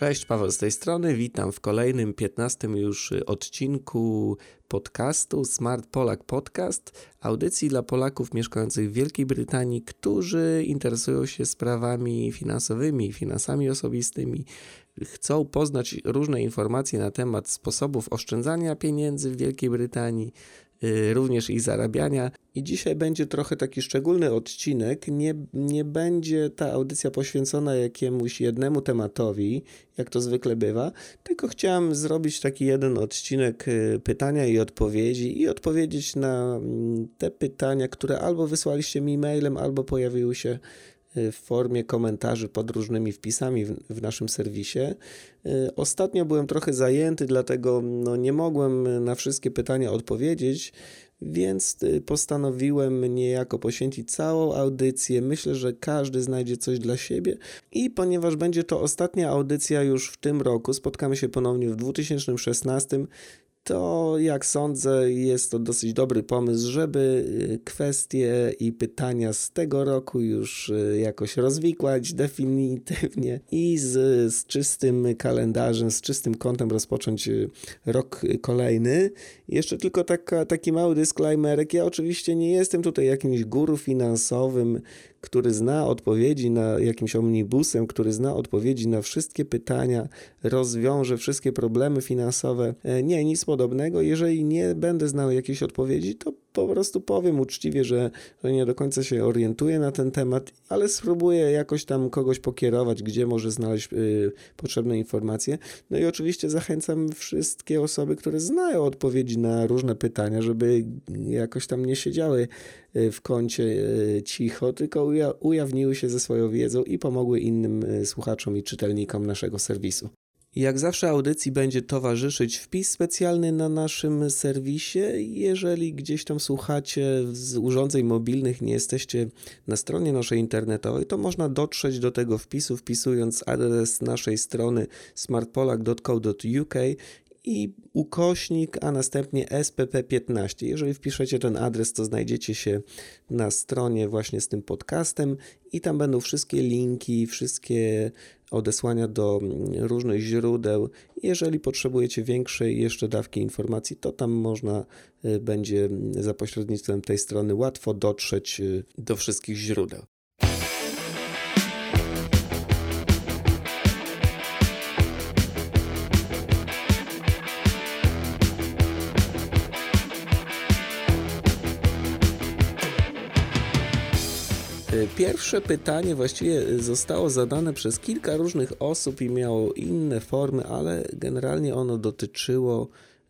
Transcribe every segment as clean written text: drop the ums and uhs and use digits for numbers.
Cześć, Paweł z tej strony. Witam w kolejnym 15 już odcinku podcastu Smart Polak Podcast, audycji dla Polaków mieszkających w Wielkiej Brytanii, którzy interesują się sprawami finansowymi, finansami osobistymi, chcą poznać różne informacje na temat sposobów oszczędzania pieniędzy w Wielkiej Brytanii, również i zarabiania. I dzisiaj będzie trochę taki szczególny odcinek. Nie będzie ta audycja poświęcona jakiemuś jednemu tematowi, jak to zwykle bywa, tylko chciałem zrobić taki jeden odcinek pytania i odpowiedzi i odpowiedzieć na te pytania, które albo wysłaliście mi mailem, albo pojawiły się w formie komentarzy pod różnymi wpisami w naszym serwisie. Ostatnio byłem trochę zajęty, dlatego nie mogłem na wszystkie pytania odpowiedzieć, więc postanowiłem niejako poświęcić całą audycję. Myślę, że każdy znajdzie coś dla siebie i ponieważ będzie to ostatnia audycja już w tym roku, spotkamy się ponownie w 2016, to jak sądzę jest to dosyć dobry pomysł, żeby kwestie i pytania z tego roku już jakoś rozwikłać definitywnie i z czystym kalendarzem, z czystym kontem rozpocząć rok kolejny. Jeszcze tylko taki mały disclaimerek. Ja oczywiście nie jestem tutaj jakimś guru finansowym, który zna odpowiedzi na jakimś omnibusem, który zna odpowiedzi na wszystkie pytania, rozwiąże wszystkie problemy finansowe. Nie, nic podobnego. Jeżeli nie będę znał jakiejś odpowiedzi, to po prostu powiem uczciwie, że nie do końca się orientuję na ten temat, ale spróbuję jakoś tam kogoś pokierować, gdzie może znaleźć potrzebne informacje. No i oczywiście zachęcam wszystkie osoby, które znają odpowiedzi na różne pytania, żeby jakoś tam nie siedziały w kącie cicho, tylko ujawniły się ze swoją wiedzą i pomogły innym słuchaczom i czytelnikom naszego serwisu. Jak zawsze audycji będzie towarzyszyć wpis specjalny na naszym serwisie. Jeżeli gdzieś tam słuchacie z urządzeń mobilnych, nie jesteście na stronie naszej internetowej, to można dotrzeć do tego wpisu, wpisując adres naszej strony smartpolak.co.uk i ukośnik, a następnie SPP15. Jeżeli wpiszecie ten adres, to znajdziecie się na stronie właśnie z tym podcastem i tam będą wszystkie linki, wszystkie odesłania do różnych źródeł. Jeżeli potrzebujecie większej jeszcze dawki informacji, to tam można będzie za pośrednictwem tej strony łatwo dotrzeć do wszystkich źródeł. Pierwsze pytanie właściwie zostało zadane przez kilka różnych osób i miało inne formy, ale generalnie ono dotyczyło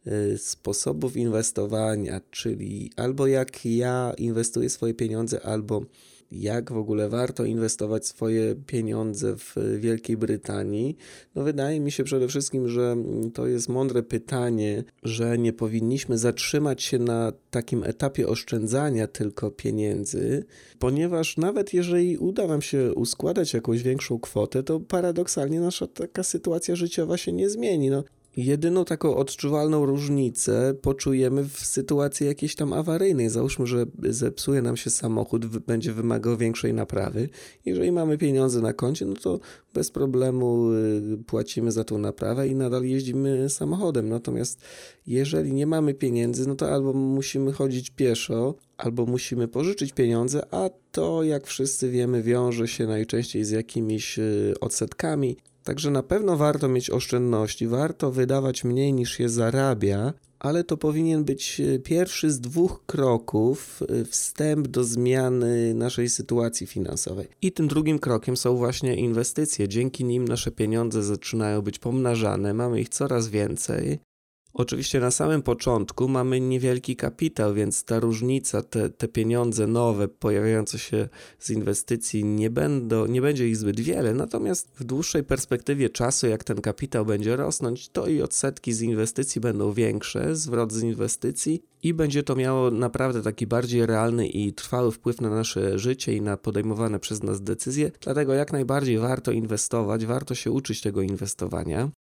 sposobów inwestowania, czyli albo jak ja inwestuję swoje pieniądze, albo jak w ogóle warto inwestować swoje pieniądze w Wielkiej Brytanii. Wydaje mi się przede wszystkim, że to jest mądre pytanie, że nie powinniśmy zatrzymać się na takim etapie oszczędzania tylko pieniędzy, ponieważ nawet jeżeli uda nam się uskładać jakąś większą kwotę, to paradoksalnie nasza taka sytuacja życiowa się nie zmieni. Jedyną taką odczuwalną różnicę poczujemy w sytuacji jakiejś tam awaryjnej. Załóżmy, że zepsuje nam się samochód, będzie wymagał większej naprawy. Jeżeli mamy pieniądze na koncie, to bez problemu płacimy za tą naprawę i nadal jeździmy samochodem. Natomiast jeżeli nie mamy pieniędzy, to albo musimy chodzić pieszo, albo musimy pożyczyć pieniądze, a to, jak wszyscy wiemy, wiąże się najczęściej z jakimiś odsetkami. Także na pewno warto mieć oszczędności, warto wydawać mniej niż się zarabia, ale to powinien być pierwszy z 2 kroków, wstęp do zmiany naszej sytuacji finansowej. I tym drugim krokiem są właśnie inwestycje. Dzięki nim nasze pieniądze zaczynają być pomnażane, mamy ich coraz więcej. Oczywiście na samym początku mamy niewielki kapitał, więc ta różnica, te pieniądze nowe pojawiające się z inwestycji nie będzie ich zbyt wiele, natomiast w dłuższej perspektywie czasu, jak ten kapitał będzie rosnąć, to i odsetki z inwestycji będą większe, zwrot z inwestycji i będzie to miało naprawdę taki bardziej realny i trwały wpływ na nasze życie i na podejmowane przez nas decyzje, dlatego jak najbardziej warto inwestować, warto się uczyć tego inwestowania.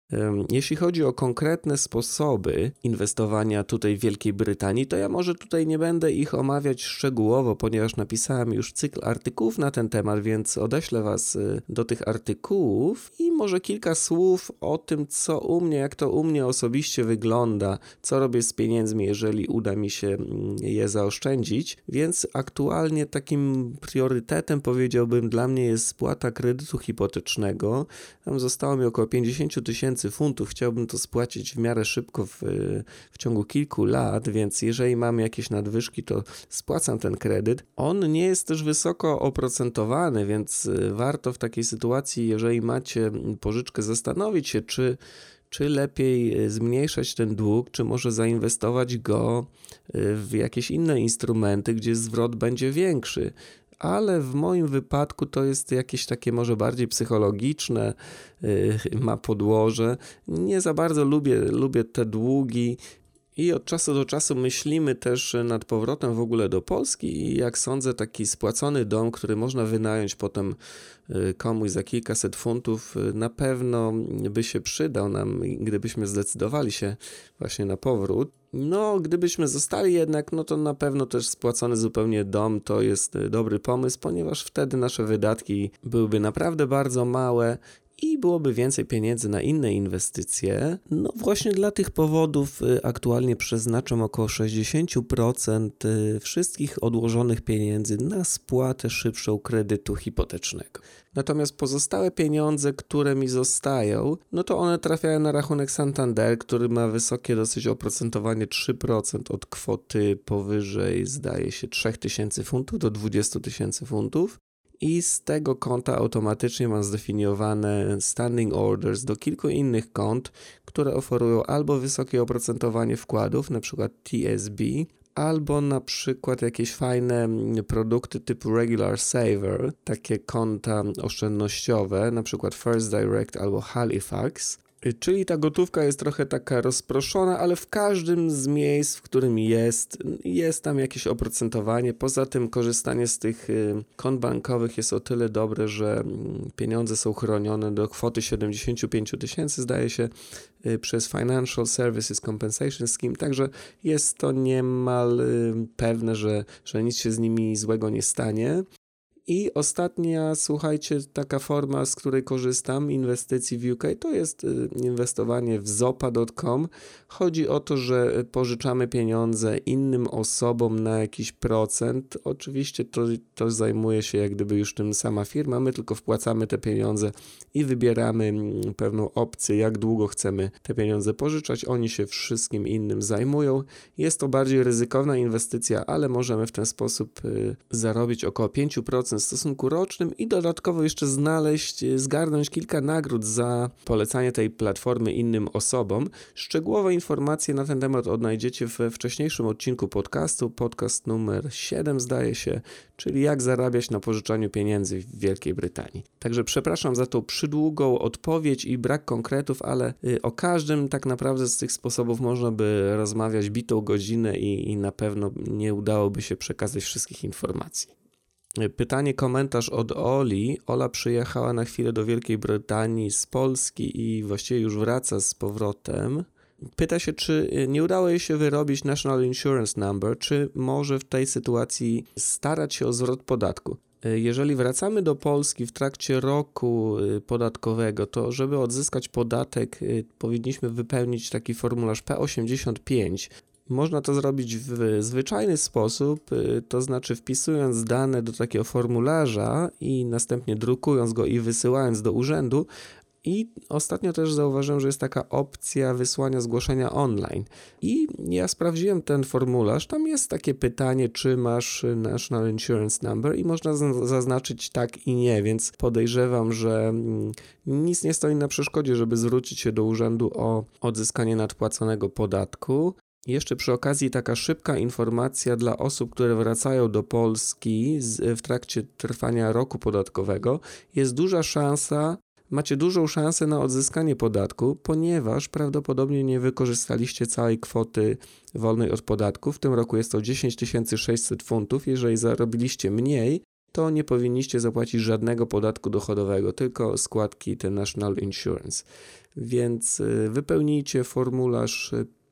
Jeśli chodzi o konkretne sposoby inwestowania tutaj w Wielkiej Brytanii, to ja może tutaj nie będę ich omawiać szczegółowo, ponieważ napisałem już cykl artykułów na ten temat, więc odeślę Was do tych artykułów i może kilka słów o tym, co u mnie, jak to u mnie osobiście wygląda, co robię z pieniędzmi, jeżeli uda mi się je zaoszczędzić. Więc aktualnie takim priorytetem, powiedziałbym, dla mnie jest spłata kredytu hipotecznego. Tam zostało mi około 50 000 funtów, chciałbym to spłacić w miarę szybko w ciągu kilku lat, więc jeżeli mam jakieś nadwyżki, to spłacam ten kredyt. On nie jest też wysoko oprocentowany, więc warto w takiej sytuacji, jeżeli macie pożyczkę, zastanowić się, czy lepiej zmniejszać ten dług, czy może zainwestować go w jakieś inne instrumenty, gdzie zwrot będzie większy. Ale w moim wypadku to jest jakieś takie może bardziej psychologiczne, ma podłoże. Nie za bardzo lubię te długi i od czasu do czasu myślimy też nad powrotem w ogóle do Polski i jak sądzę, taki spłacony dom, który można wynająć potem komuś za kilkaset funtów, na pewno by się przydał nam, gdybyśmy zdecydowali się właśnie na powrót. No, gdybyśmy zostali jednak, no to na pewno też spłacony zupełnie dom to jest dobry pomysł, ponieważ wtedy nasze wydatki byłyby naprawdę bardzo małe i byłoby więcej pieniędzy na inne inwestycje. No właśnie dla tych powodów aktualnie przeznaczam około 60% wszystkich odłożonych pieniędzy na spłatę szybszą kredytu hipotecznego. Natomiast pozostałe pieniądze, które mi zostają, no to one trafiają na rachunek Santander, który ma wysokie dosyć oprocentowanie 3% od kwoty powyżej, zdaje się, 3000 funtów do 20 000 funtów. I z tego konta automatycznie mam zdefiniowane standing orders do kilku innych kont, które oferują albo wysokie oprocentowanie wkładów, np. TSB, albo na przykład jakieś fajne produkty typu Regular Saver, takie konta oszczędnościowe, na przykład First Direct albo Halifax. Czyli ta gotówka jest trochę taka rozproszona, ale w każdym z miejsc, w którym jest tam jakieś oprocentowanie. Poza tym korzystanie z tych kont bankowych jest o tyle dobre, że pieniądze są chronione do kwoty 75 000, zdaje się, przez Financial Services Compensation Scheme, także jest to niemal pewne, że nic się z nimi złego nie stanie. I ostatnia, słuchajcie, taka forma, z której korzystam, inwestycji w UK, to jest inwestowanie w zopa.com. Chodzi o to, że pożyczamy pieniądze innym osobom na jakiś procent. Oczywiście to zajmuje się jak gdyby już tym sama firma, my tylko wpłacamy te pieniądze i wybieramy pewną opcję, jak długo chcemy te pieniądze pożyczać. Oni się wszystkim innym zajmują. Jest to bardziej ryzykowna inwestycja, ale możemy w ten sposób zarobić około 5% w stosunku rocznym i dodatkowo jeszcze zgarnąć kilka nagród za polecanie tej platformy innym osobom. Szczegółowe informacje na ten temat odnajdziecie we wcześniejszym odcinku podcastu, podcast numer 7 zdaje się, czyli jak zarabiać na pożyczaniu pieniędzy w Wielkiej Brytanii. Także przepraszam za tą przydługą odpowiedź i brak konkretów, ale o każdym tak naprawdę z tych sposobów można by rozmawiać bitą godzinę i na pewno nie udałoby się przekazać wszystkich informacji. Pytanie, komentarz od Oli. Ola przyjechała na chwilę do Wielkiej Brytanii z Polski i właściwie już wraca z powrotem. Pyta się, czy nie udało jej się wyrobić National Insurance Number, czy może w tej sytuacji starać się o zwrot podatku. Jeżeli wracamy do Polski w trakcie roku podatkowego, to żeby odzyskać podatek, powinniśmy wypełnić taki formularz P85. Można to zrobić w zwyczajny sposób, to znaczy wpisując dane do takiego formularza i następnie drukując go i wysyłając do urzędu. I ostatnio też zauważyłem, że jest taka opcja wysłania zgłoszenia online. I ja sprawdziłem ten formularz, tam jest takie pytanie, czy masz National Insurance Number i można zaznaczyć tak i nie, więc podejrzewam, że nic nie stoi na przeszkodzie, żeby zwrócić się do urzędu o odzyskanie nadpłaconego podatku. Jeszcze przy okazji taka szybka informacja dla osób, które wracają do Polski w trakcie trwania roku podatkowego. Jest duża szansa, macie dużą szansę na odzyskanie podatku, ponieważ prawdopodobnie nie wykorzystaliście całej kwoty wolnej od podatku. W tym roku jest to 10 600 funtów. Jeżeli zarobiliście mniej, to nie powinniście zapłacić żadnego podatku dochodowego, tylko składki te National Insurance. Więc wypełnijcie formularz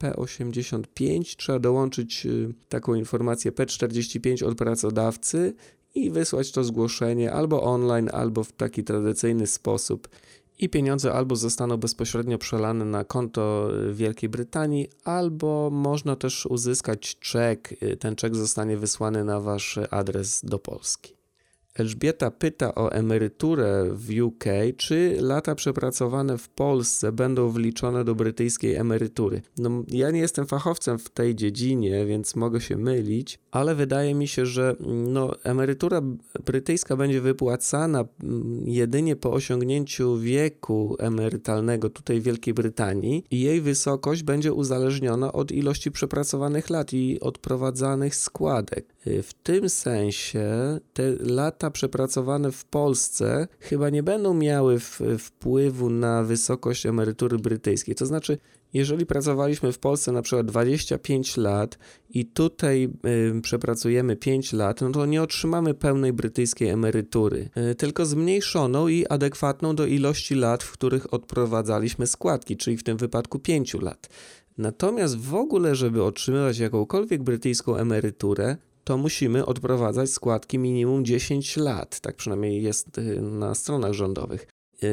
P85, trzeba dołączyć taką informację P45 od pracodawcy i wysłać to zgłoszenie albo online, albo w taki tradycyjny sposób. I pieniądze albo zostaną bezpośrednio przelane na konto Wielkiej Brytanii, albo można też uzyskać czek. Ten czek zostanie wysłany na wasz adres do Polski. Elżbieta pyta o emeryturę w UK, czy lata przepracowane w Polsce będą wliczone do brytyjskiej emerytury. No, ja nie jestem fachowcem w tej dziedzinie, więc mogę się mylić, ale wydaje mi się, że emerytura brytyjska będzie wypłacana jedynie po osiągnięciu wieku emerytalnego tutaj w Wielkiej Brytanii i jej wysokość będzie uzależniona od ilości przepracowanych lat i odprowadzanych składek. W tym sensie te lata przepracowane w Polsce chyba nie będą miały wpływu na wysokość emerytury brytyjskiej. To znaczy, jeżeli pracowaliśmy w Polsce na przykład 25 lat i tutaj przepracujemy 5 lat, no to nie otrzymamy pełnej brytyjskiej emerytury, tylko zmniejszoną i adekwatną do ilości lat, w których odprowadzaliśmy składki, czyli w tym wypadku 5 lat. Natomiast w ogóle, żeby otrzymywać jakąkolwiek brytyjską emeryturę, to musimy odprowadzać składki minimum 10 lat. Tak przynajmniej jest na stronach rządowych.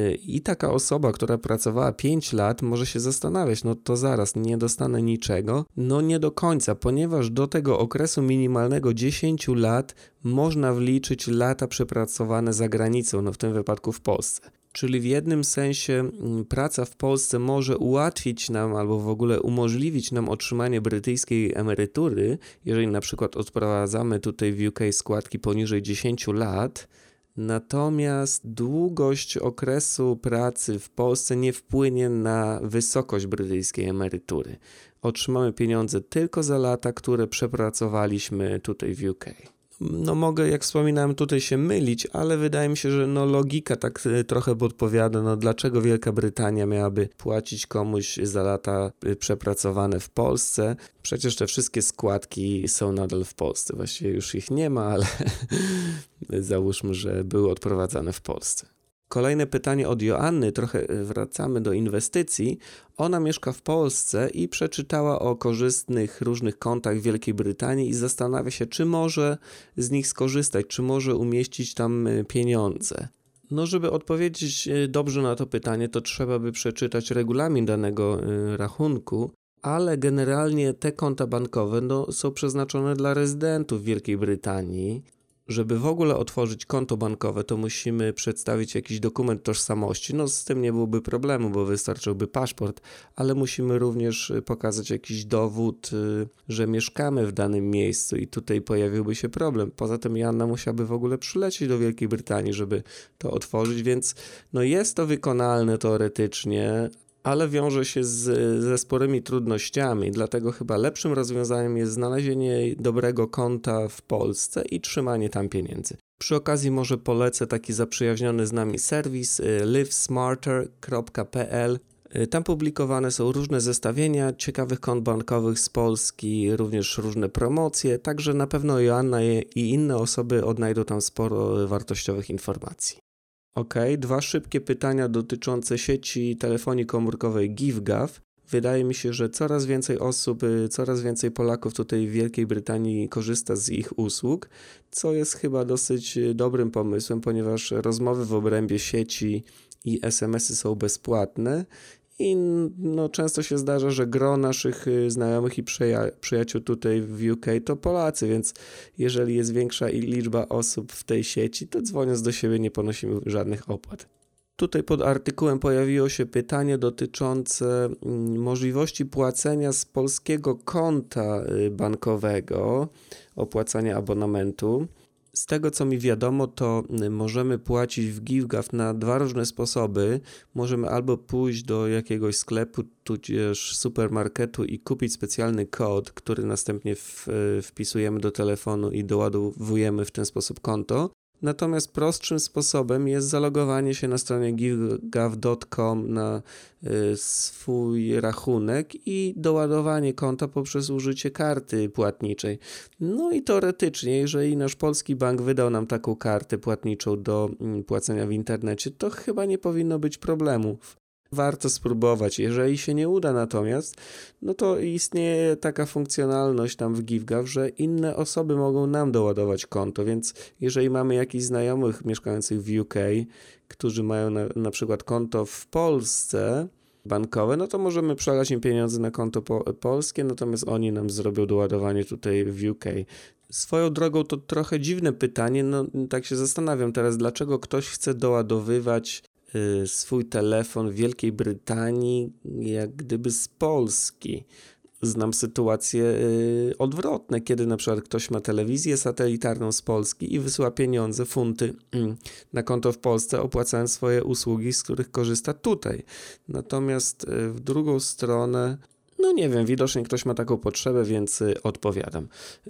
I taka osoba, która pracowała 5 lat, może się zastanawiać, no to zaraz, nie dostanę niczego. No nie do końca, ponieważ do tego okresu minimalnego 10 lat można wliczyć lata przepracowane za granicą, no w tym wypadku w Polsce. Czyli w jednym sensie praca w Polsce może ułatwić nam albo w ogóle umożliwić nam otrzymanie brytyjskiej emerytury, jeżeli na przykład odprowadzamy tutaj w UK składki poniżej 10 lat, natomiast długość okresu pracy w Polsce nie wpłynie na wysokość brytyjskiej emerytury. Otrzymamy pieniądze tylko za lata, które przepracowaliśmy tutaj w UK. No mogę, jak wspominałem, tutaj się mylić, ale wydaje mi się, że logika tak trochę podpowiada, dlaczego Wielka Brytania miałaby płacić komuś za lata przepracowane w Polsce. Przecież te wszystkie składki są nadal w Polsce. Właściwie już ich nie ma, ale załóżmy, że były odprowadzane w Polsce. Kolejne pytanie od Joanny, trochę wracamy do inwestycji. Ona mieszka w Polsce i przeczytała o korzystnych różnych kontach w Wielkiej Brytanii i zastanawia się, czy może z nich skorzystać, czy może umieścić tam pieniądze. No, żeby odpowiedzieć dobrze na to pytanie, to trzeba by przeczytać regulamin danego rachunku, ale generalnie te konta bankowe są przeznaczone dla rezydentów Wielkiej Brytanii. Żeby w ogóle otworzyć konto bankowe, to musimy przedstawić jakiś dokument tożsamości. Z tym nie byłoby problemu, bo wystarczyłby paszport, ale musimy również pokazać jakiś dowód, że mieszkamy w danym miejscu i tutaj pojawiłby się problem. Poza tym Joanna musiałaby w ogóle przylecieć do Wielkiej Brytanii, żeby to otworzyć, więc jest to wykonalne teoretycznie, ale wiąże się ze sporymi trudnościami, dlatego chyba lepszym rozwiązaniem jest znalezienie dobrego konta w Polsce i trzymanie tam pieniędzy. Przy okazji może polecę taki zaprzyjaźniony z nami serwis livesmarter.pl. Tam publikowane są różne zestawienia ciekawych kont bankowych z Polski, również różne promocje, także na pewno Joanna i inne osoby odnajdą tam sporo wartościowych informacji. Dwa szybkie pytania dotyczące sieci telefonii komórkowej giffgaff. Wydaje mi się, że coraz więcej osób, coraz więcej Polaków tutaj w Wielkiej Brytanii korzysta z ich usług, co jest chyba dosyć dobrym pomysłem, ponieważ rozmowy w obrębie sieci i SMS-y są bezpłatne i często się zdarza, że gro naszych znajomych i przyjaciół tutaj w UK to Polacy, więc jeżeli jest większa liczba osób w tej sieci, to dzwoniąc do siebie nie ponosimy żadnych opłat. Tutaj pod artykułem pojawiło się pytanie dotyczące możliwości płacenia z polskiego konta bankowego, opłacania abonamentu. Z tego co mi wiadomo, to możemy płacić w giffgaff na dwa różne sposoby. Możemy albo pójść do jakiegoś sklepu, tudzież supermarketu i kupić specjalny kod, który następnie wpisujemy do telefonu i doładowujemy w ten sposób konto. Natomiast prostszym sposobem jest zalogowanie się na stronie givegov.com na swój rachunek i doładowanie konta poprzez użycie karty płatniczej. No i teoretycznie, jeżeli nasz polski bank wydał nam taką kartę płatniczą do płacenia w internecie, to chyba nie powinno być problemów. Warto spróbować. Jeżeli się nie uda natomiast, no to istnieje taka funkcjonalność tam w GiveGov, że inne osoby mogą nam doładować konto, więc jeżeli mamy jakichś znajomych mieszkających w UK, którzy mają na przykład konto w Polsce bankowe, no to możemy przelać im pieniądze na konto polskie, natomiast oni nam zrobią doładowanie tutaj w UK. Swoją drogą to trochę dziwne pytanie, no tak się zastanawiam teraz, dlaczego ktoś chce doładowywać swój telefon w Wielkiej Brytanii jak gdyby z Polski. Znam sytuacje odwrotne, kiedy na przykład ktoś ma telewizję satelitarną z Polski i wysyła pieniądze, funty na konto w Polsce, opłacając swoje usługi, z których korzysta tutaj. Natomiast w drugą stronę, no nie wiem, widocznie ktoś ma taką potrzebę, więc odpowiadam.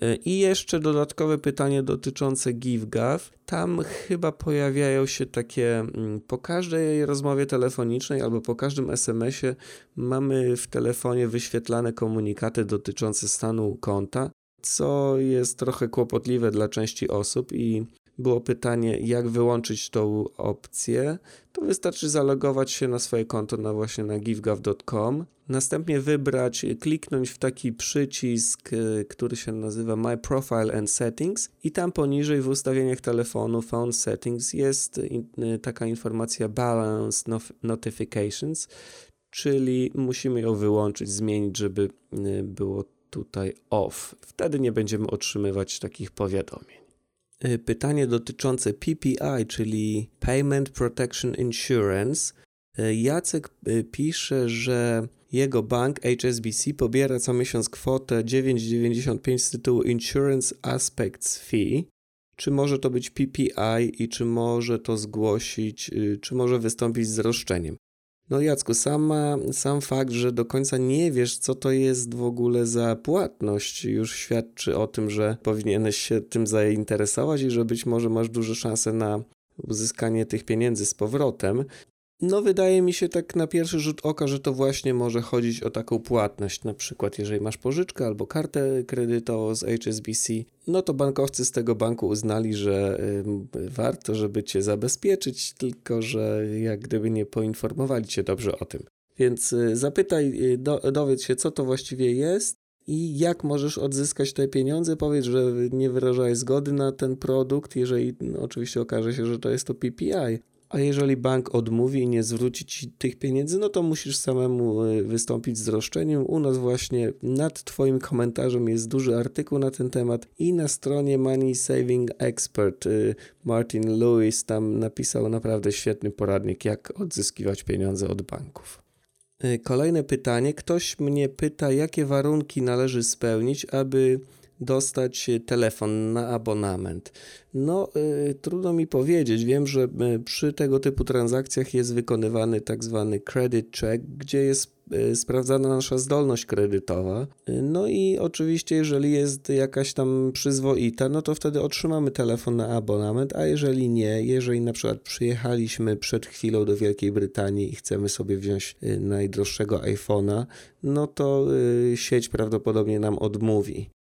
I jeszcze dodatkowe pytanie dotyczące GiveGov. Tam chyba pojawiają się takie, po każdej rozmowie telefonicznej albo po każdym SMS-ie mamy w telefonie wyświetlane komunikaty dotyczące stanu konta, co jest trochę kłopotliwe dla części osób i było pytanie, jak wyłączyć tą opcję. To wystarczy zalogować się na swoje konto właśnie na givegov.com, następnie kliknąć w taki przycisk, który się nazywa My Profile and Settings i tam poniżej w ustawieniach telefonu Phone Settings jest taka informacja Balance Notifications, czyli musimy ją wyłączyć, zmienić, żeby było tutaj off. Wtedy nie będziemy otrzymywać takich powiadomień. Pytanie dotyczące PPI, czyli Payment Protection Insurance. Jacek pisze, że jego bank HSBC pobiera co miesiąc kwotę 9,95 z tytułu Insurance Aspects Fee. Czy może to być PPI i czy może to zgłosić, czy może wystąpić z roszczeniem? No Jacku, sam fakt, że do końca nie wiesz, co to jest w ogóle za płatność, już świadczy o tym, że powinieneś się tym zainteresować i że być może masz duże szanse na uzyskanie tych pieniędzy z powrotem. No wydaje mi się tak na pierwszy rzut oka, że to właśnie może chodzić o taką płatność, na przykład jeżeli masz pożyczkę albo kartę kredytową z HSBC, no to bankowcy z tego banku uznali, że warto, żeby cię zabezpieczyć, tylko że jak gdyby nie poinformowali cię dobrze o tym. Więc zapytaj, dowiedz się, co to właściwie jest i jak możesz odzyskać te pieniądze. Powiedz, że nie wyrażałeś zgody na ten produkt, jeżeli oczywiście okaże się, że to jest to PPI. A jeżeli bank odmówi i nie zwróci ci tych pieniędzy, no to musisz samemu wystąpić z roszczeniem. U nas właśnie nad twoim komentarzem jest duży artykuł na ten temat i na stronie Money Saving Expert Martin Lewis tam napisał naprawdę świetny poradnik, jak odzyskiwać pieniądze od banków. Kolejne pytanie. Ktoś mnie pyta, jakie warunki należy spełnić, aby dostać telefon na abonament. No, trudno mi powiedzieć. Wiem, że przy tego typu transakcjach jest wykonywany tak zwany credit check, gdzie jest sprawdzana nasza zdolność kredytowa. No i oczywiście, jeżeli jest jakaś tam przyzwoita, no to wtedy otrzymamy telefon na abonament, a jeżeli nie, jeżeli na przykład przyjechaliśmy przed chwilą do Wielkiej Brytanii i chcemy sobie wziąć najdroższego iPhone'a, no to sieć prawdopodobnie nam odmówi.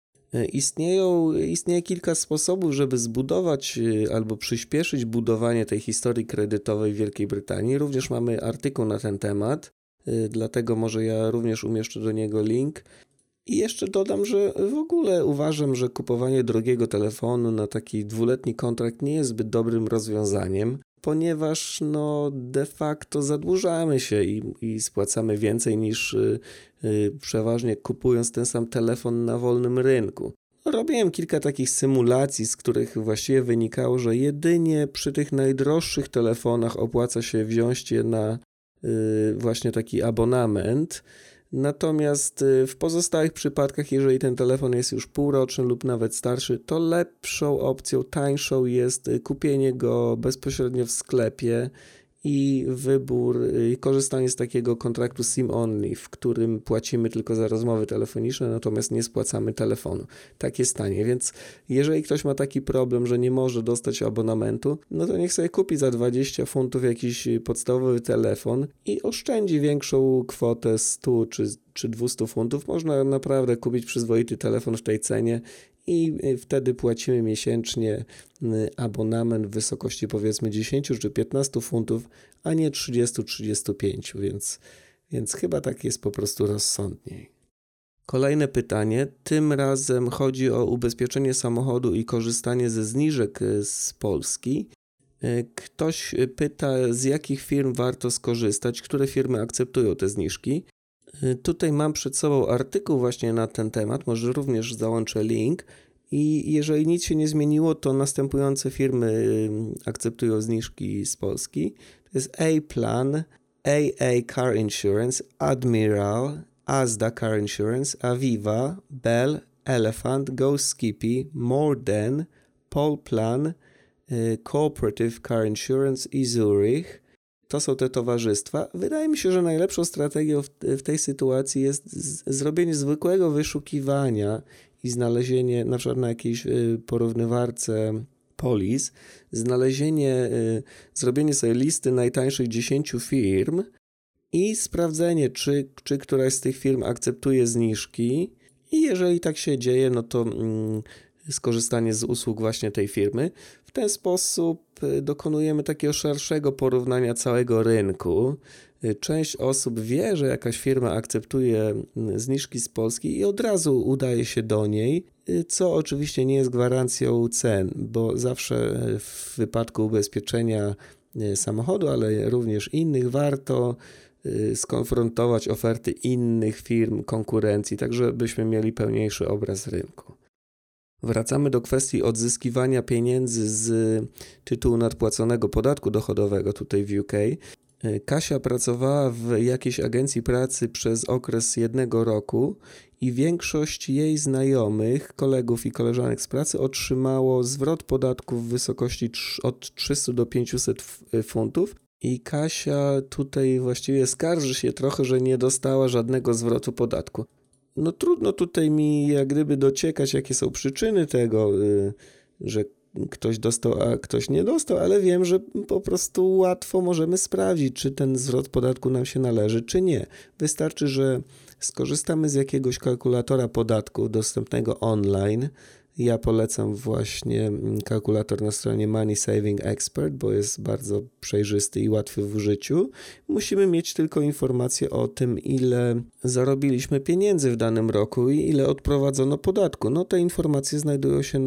Istnieje kilka sposobów, żeby zbudować albo przyspieszyć budowanie tej historii kredytowej w Wielkiej Brytanii. Również mamy artykuł na ten temat, dlatego może ja również umieszczę do niego link. I jeszcze dodam, że w ogóle uważam, że kupowanie drogiego telefonu na taki 2-letni kontrakt nie jest zbyt dobrym rozwiązaniem, ponieważ de facto zadłużamy się i spłacamy więcej niż przeważnie kupując ten sam telefon na wolnym rynku. Robiłem kilka takich symulacji, z których właściwie wynikało, że jedynie przy tych najdroższych telefonach opłaca się wziąć je na właśnie taki abonament. Natomiast w pozostałych przypadkach, jeżeli ten telefon jest już półroczny lub nawet starszy, to lepszą opcją, tańszą jest kupienie go bezpośrednio w sklepie i korzystanie z takiego kontraktu SIM-only, w którym płacimy tylko za rozmowy telefoniczne, natomiast nie spłacamy telefonu. Tak jest taniej, więc jeżeli ktoś ma taki problem, że nie może dostać abonamentu, no to niech sobie kupi za 20 funtów jakiś podstawowy telefon i oszczędzi większą kwotę 100 czy 200 funtów. Można naprawdę kupić przyzwoity telefon w tej cenie i wtedy płacimy miesięcznie abonament w wysokości powiedzmy 10 czy 15 funtów, a nie 30-35, więc chyba tak jest po prostu rozsądniej. Kolejne pytanie, tym razem chodzi o ubezpieczenie samochodu i korzystanie ze zniżek z Polski. Ktoś pyta, z jakich firm warto skorzystać, które firmy akceptują te zniżki. Tutaj mam przed sobą artykuł właśnie na ten temat, może również załączę link i jeżeli nic się nie zmieniło, to następujące firmy akceptują zniżki z Polski. To jest A-Plan, AA Car Insurance, Admiral, Azda Car Insurance, Aviva, Bell, Elephant, Go Skippy, More Than, Polplan, Cooperative Car Insurance i Zurich. To są te towarzystwa. Wydaje mi się, że najlepszą strategią w tej sytuacji jest zrobienie zwykłego wyszukiwania i znalezienie na przykład na jakiejś porównywarce polis, zrobienie sobie listy najtańszych 10 firm i sprawdzenie, czy któraś z tych firm akceptuje zniżki i jeżeli tak się dzieje, no to skorzystanie z usług właśnie tej firmy. W ten sposób dokonujemy takiego szerszego porównania całego rynku. Część osób wie, że jakaś firma akceptuje zniżki z Polski i od razu udaje się do niej, co oczywiście nie jest gwarancją cen, bo zawsze w wypadku ubezpieczenia samochodu, ale również innych, warto skonfrontować oferty innych firm, konkurencji, tak żebyśmy mieli pełniejszy obraz rynku. Wracamy do kwestii odzyskiwania pieniędzy z tytułu nadpłaconego podatku dochodowego tutaj w UK. Kasia pracowała w jakiejś agencji pracy przez okres 1 roku i większość jej znajomych, kolegów i koleżanek z pracy otrzymało zwrot podatku w wysokości od 300 do 500 funtów. I Kasia tutaj właściwie skarży się trochę, że nie dostała żadnego zwrotu podatku. No trudno tutaj mi jak gdyby dociekać, jakie są przyczyny tego, że ktoś dostał, a ktoś nie dostał, ale wiem, że po prostu łatwo możemy sprawdzić, czy ten zwrot podatku nam się należy, czy nie. Wystarczy, że skorzystamy z jakiegoś kalkulatora podatku dostępnego online. Ja polecam właśnie kalkulator na stronie Money Saving Expert, bo jest bardzo przejrzysty i łatwy w użyciu. Musimy mieć tylko informację o tym, ile zarobiliśmy pieniędzy w danym roku i ile odprowadzono podatku. No te informacje znajdują się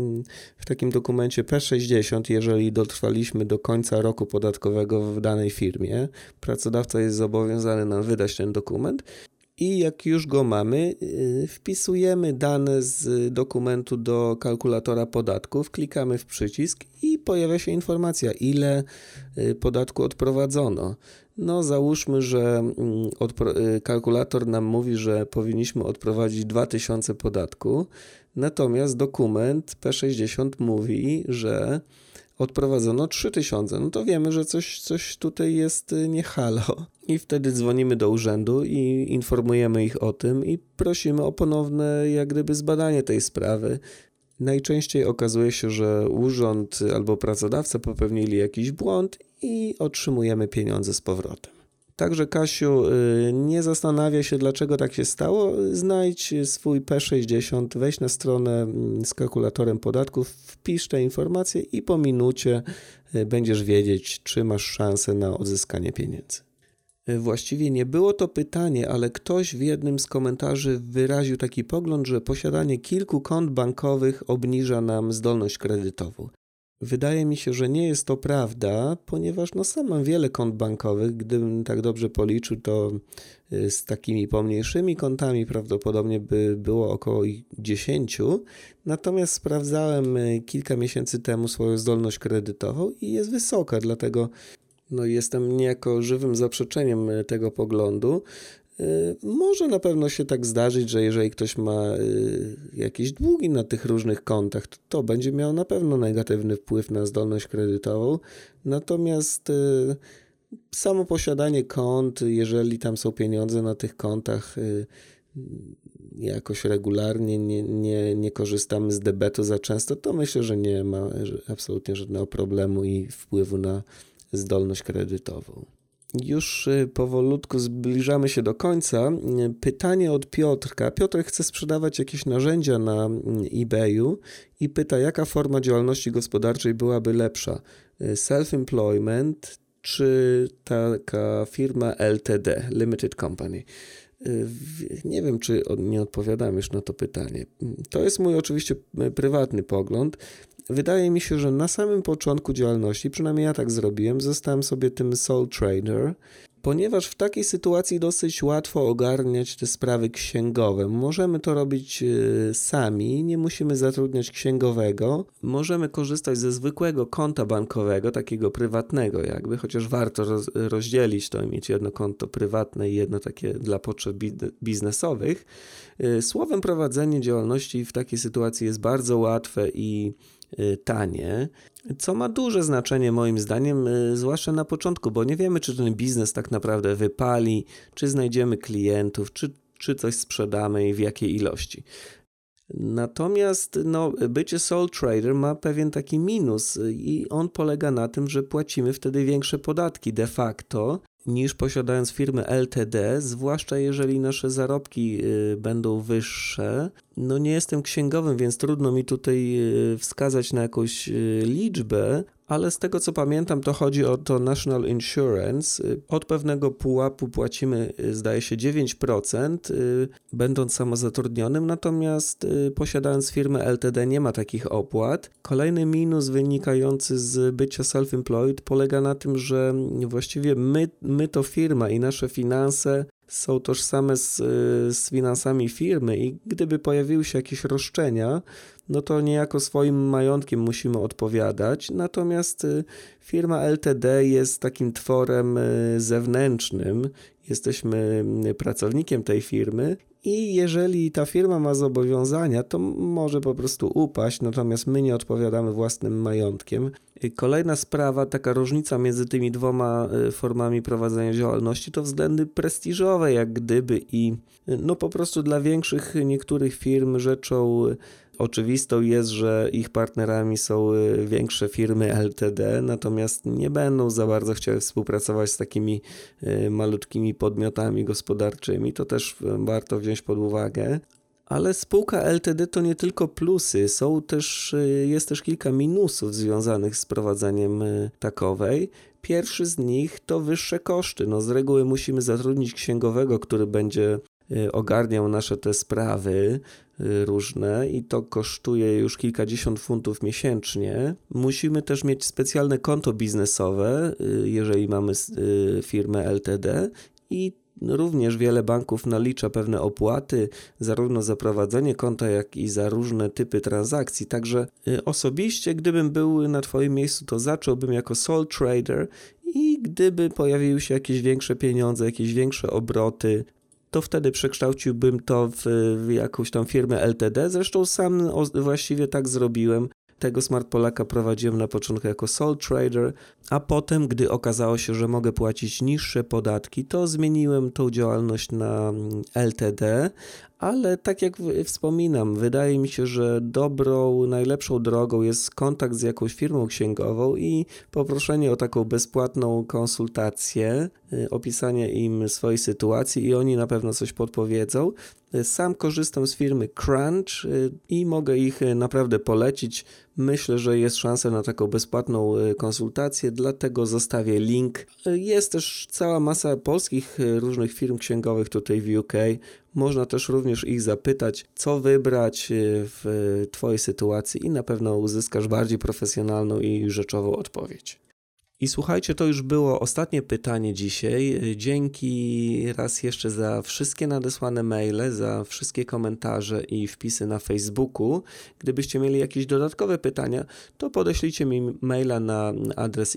w takim dokumencie P60, jeżeli dotrwaliśmy do końca roku podatkowego w danej firmie. Pracodawca jest zobowiązany nam wydać ten dokument. I jak już go mamy, wpisujemy dane z dokumentu do kalkulatora podatków, klikamy w przycisk i pojawia się informacja, ile podatku odprowadzono. No załóżmy, że kalkulator nam mówi, że powinniśmy odprowadzić 2000 podatku, natomiast dokument P60 mówi, że odprowadzono 3000, no to wiemy, że coś tutaj jest nie halo. I wtedy dzwonimy do urzędu i informujemy ich o tym i prosimy o ponowne jak gdyby zbadanie tej sprawy. Najczęściej okazuje się, że urząd albo pracodawca popełnili jakiś błąd i otrzymujemy pieniądze z powrotem. Także Kasiu, nie zastanawia się, dlaczego tak się stało. Znajdź swój P60, wejdź na stronę z kalkulatorem podatków, wpisz te informacje i po minucie będziesz wiedzieć, czy masz szansę na odzyskanie pieniędzy. Właściwie nie było to pytanie, ale ktoś w jednym z komentarzy wyraził taki pogląd, że posiadanie kilku kont bankowych obniża nam zdolność kredytową. Wydaje mi się, że nie jest to prawda, ponieważ sam mam wiele kont bankowych. Gdybym tak dobrze policzył, to z takimi pomniejszymi kontami prawdopodobnie by było około 10. Natomiast sprawdzałem kilka miesięcy temu swoją zdolność kredytową i jest wysoka, dlatego jestem niejako żywym zaprzeczeniem tego poglądu. Może na pewno się tak zdarzyć, że jeżeli ktoś ma jakieś długi na tych różnych kontach, to będzie miał na pewno negatywny wpływ na zdolność kredytową. Natomiast Samo posiadanie kont, jeżeli tam są pieniądze na tych kontach, jakoś regularnie nie korzystamy z debetu za często, to myślę, że nie ma absolutnie żadnego problemu i wpływu na zdolność kredytową. Już powolutku zbliżamy się do końca. Pytanie od Piotrka. Piotrek chce sprzedawać jakieś narzędzia na eBayu i pyta, jaka forma działalności gospodarczej byłaby lepsza? Self-employment czy taka firma LTD, Limited Company? Nie wiem, czy nie odpowiadam już na to pytanie. To jest mój oczywiście prywatny pogląd. Wydaje mi się, że na samym początku działalności, przynajmniej ja tak zrobiłem, zostałem sobie tym sole trader, ponieważ w takiej sytuacji dosyć łatwo ogarniać te sprawy księgowe. Możemy to robić sami, nie musimy zatrudniać księgowego. Możemy korzystać ze zwykłego konta bankowego, takiego prywatnego jakby, chociaż warto rozdzielić to i mieć jedno konto prywatne i jedno takie dla potrzeb biznesowych. Słowem, prowadzenie działalności w takiej sytuacji jest bardzo łatwe i tanie, co ma duże znaczenie moim zdaniem, zwłaszcza na początku, bo nie wiemy, czy ten biznes tak naprawdę wypali, czy znajdziemy klientów, czy coś sprzedamy i w jakiej ilości. Natomiast bycie sole trader ma pewien taki minus i on polega na tym, że płacimy wtedy większe podatki de facto niż posiadając firmę LTD, zwłaszcza jeżeli nasze zarobki będą wyższe. Nie jestem księgowym, więc trudno mi tutaj wskazać na jakąś liczbę, ale z tego co pamiętam, to chodzi o to National Insurance. Od pewnego pułapu płacimy, zdaje się, 9%, będąc samozatrudnionym, natomiast posiadając firmę LTD nie ma takich opłat. Kolejny minus wynikający z bycia self-employed polega na tym, że właściwie my to firma i nasze finanse są tożsame z finansami firmy i gdyby pojawiły się jakieś roszczenia, to niejako swoim majątkiem musimy odpowiadać. Natomiast firma LTD jest takim tworem zewnętrznym. Jesteśmy pracownikiem tej firmy i jeżeli ta firma ma zobowiązania, to może po prostu upaść, natomiast my nie odpowiadamy własnym majątkiem. Kolejna sprawa, taka różnica między tymi dwoma formami prowadzenia działalności to względy prestiżowe, jak gdyby i po prostu dla większych niektórych firm rzeczą oczywistą jest, że ich partnerami są większe firmy LTD, natomiast nie będą za bardzo chciały współpracować z takimi malutkimi podmiotami gospodarczymi. To też warto wziąć pod uwagę. Ale spółka LTD to nie tylko plusy, jest też kilka minusów związanych z prowadzeniem takowej. Pierwszy z nich to wyższe koszty. Z reguły musimy zatrudnić księgowego, który będzie ogarniał nasze te sprawy różne i to kosztuje już kilkadziesiąt funtów miesięcznie. Musimy też mieć specjalne konto biznesowe, jeżeli mamy firmę LTD i również wiele banków nalicza pewne opłaty zarówno za prowadzenie konta, jak i za różne typy transakcji. Także osobiście, gdybym był na Twoim miejscu, to zacząłbym jako sole trader i gdyby pojawiły się jakieś większe pieniądze, jakieś większe obroty, to wtedy przekształciłbym to w jakąś tam firmę LTD. Zresztą sam właściwie tak zrobiłem. Tego Smart Polaka prowadziłem na początku jako sole trader, a potem, gdy okazało się, że mogę płacić niższe podatki, to zmieniłem tą działalność na LTD, ale tak jak wspominam, wydaje mi się, że najlepszą drogą jest kontakt z jakąś firmą księgową i poproszenie o taką bezpłatną konsultację, opisanie im swojej sytuacji i oni na pewno coś podpowiedzą. Sam korzystam z firmy Crunch i mogę ich naprawdę polecić. Myślę, że jest szansa na taką bezpłatną konsultację, dlatego zostawię link. Jest też cała masa polskich różnych firm księgowych tutaj w UK. Można też również ich zapytać, co wybrać w Twojej sytuacji i na pewno uzyskasz bardziej profesjonalną i rzeczową odpowiedź. I słuchajcie, to już było ostatnie pytanie dzisiaj. Dzięki raz jeszcze za wszystkie nadesłane maile, za wszystkie komentarze i wpisy na Facebooku. Gdybyście mieli jakieś dodatkowe pytania, to podeślijcie mi maila na adres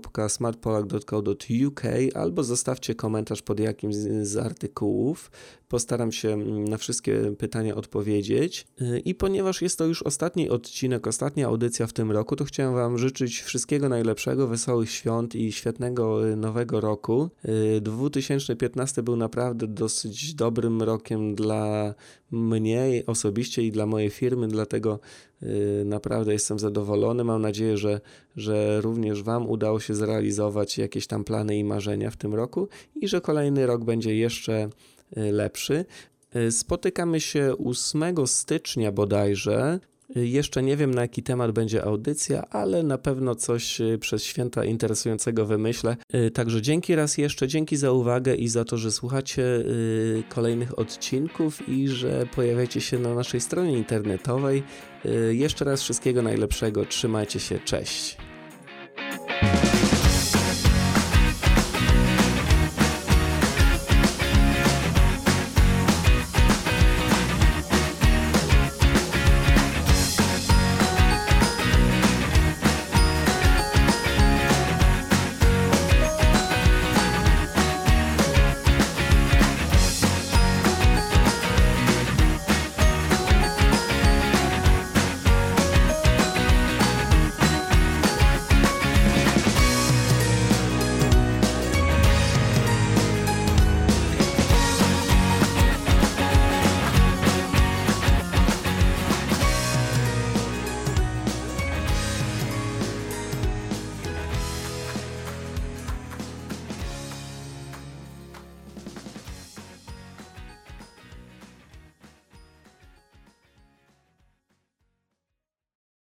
info@smartpolak.co.uk albo zostawcie komentarz pod jakimś z artykułów Postaram się na wszystkie pytania odpowiedzieć. I ponieważ jest to już ostatni odcinek, ostatnia audycja w tym roku, to chciałem Wam życzyć wszystkiego najlepszego, wesołych świąt i świetnego nowego roku. 2015 był naprawdę dosyć dobrym rokiem dla mnie osobiście i dla mojej firmy, dlatego naprawdę jestem zadowolony. Mam nadzieję, że również Wam udało się zrealizować jakieś tam plany i marzenia w tym roku i że kolejny rok będzie jeszcze lepszy. Spotykamy się 8 stycznia bodajże. Jeszcze nie wiem, na jaki temat będzie audycja, ale na pewno coś przez święta interesującego wymyślę. Także dzięki raz jeszcze, dzięki za uwagę i za to, że słuchacie kolejnych odcinków i że pojawiacie się na naszej stronie internetowej. Jeszcze raz wszystkiego najlepszego, trzymajcie się, cześć.